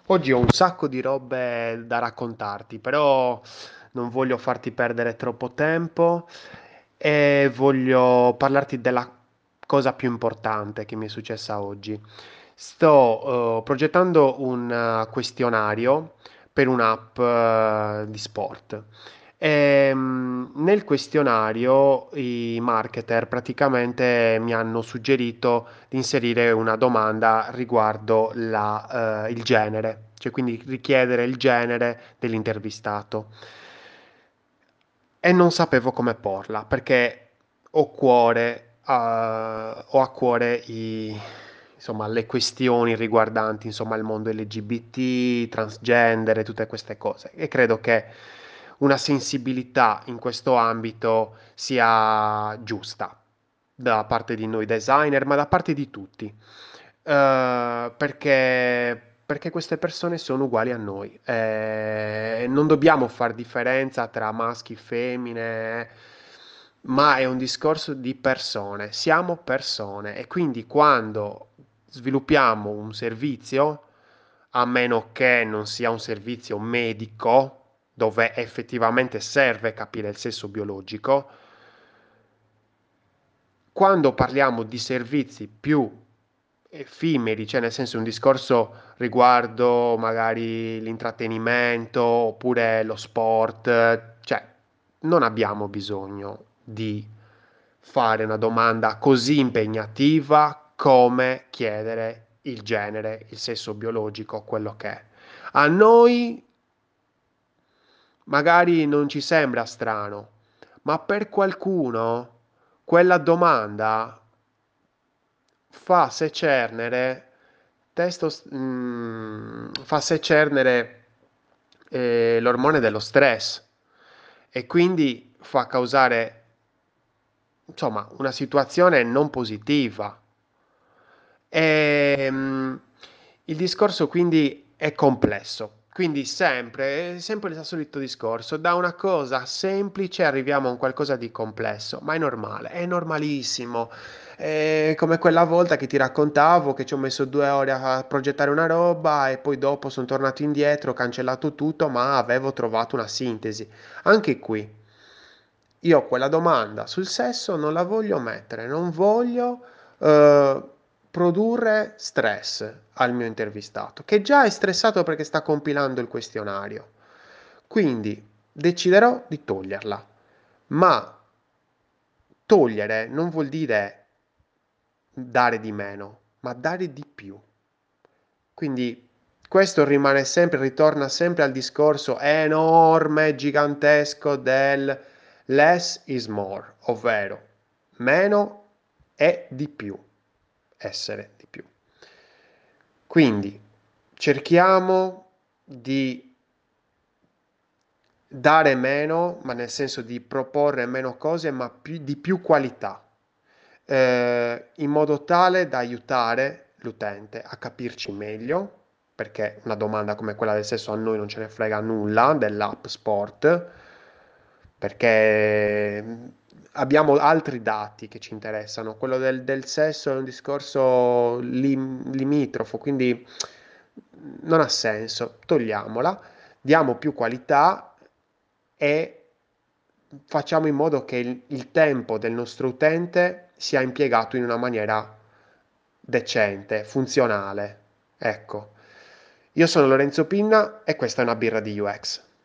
Oggi ho un sacco di robe da raccontarti, però non voglio farti perdere troppo tempo e voglio parlarti della cosa più importante che mi è successa oggi. Sto progettando un questionario per un'app di sport. Nel questionario i marketer praticamente mi hanno suggerito di inserire una domanda riguardo il genere, cioè quindi richiedere il genere dell'intervistato. E non sapevo come porla perché ho a cuore insomma, le questioni riguardanti insomma, il mondo LGBT, transgender e tutte queste cose. E credo che una sensibilità in questo ambito sia giusta da parte di noi designer, ma da parte di tutti. Perché queste persone sono uguali a noi. Non dobbiamo fare differenza tra maschi e femmine, ma è un discorso di persone. Siamo persone e quindi quando sviluppiamo un servizio, a meno che non sia un servizio medico, dove effettivamente serve capire il sesso biologico, quando parliamo di servizi più effimeri, cioè nel senso un discorso riguardo magari l'intrattenimento oppure lo sport, cioè non abbiamo bisogno di fare una domanda così impegnativa come chiedere il genere, il sesso biologico, quello che è. A noi magari non ci sembra strano, ma per qualcuno quella domanda fa secernere, fa secernere l'ormone dello stress e quindi fa causare, insomma, una situazione non positiva. Il discorso quindi è complesso. Quindi sempre il solito discorso, da una cosa semplice arriviamo a un qualcosa di complesso, ma è normale, è normalissimo. È come quella volta che ti raccontavo che ci ho messo 2 ore a progettare una roba e poi dopo sono tornato indietro, ho cancellato tutto, ma avevo trovato una sintesi. Anche qui, io quella domanda sul sesso non la voglio mettere, non voglio eh, produrre stress al mio intervistato, che già è stressato perché sta compilando il questionario. Quindi deciderò di toglierla, ma togliere non vuol dire dare di meno, ma dare di più. Quindi questo rimane sempre, ritorna sempre al discorso enorme, gigantesco del less is more, ovvero meno è di più, essere di più. Quindi cerchiamo di dare meno, ma nel senso di proporre meno cose, ma di più qualità, in modo tale da aiutare l'utente a capirci meglio, perché una domanda come quella del sesso a noi non ce ne frega nulla dell'app sport, perché abbiamo altri dati che ci interessano. Quello del sesso è un discorso limitrofo, quindi non ha senso, togliamola, diamo più qualità e facciamo in modo che il tempo del nostro utente sia impiegato in una maniera decente, funzionale. Ecco, io sono Lorenzo Pinna e questa è una birra di UX.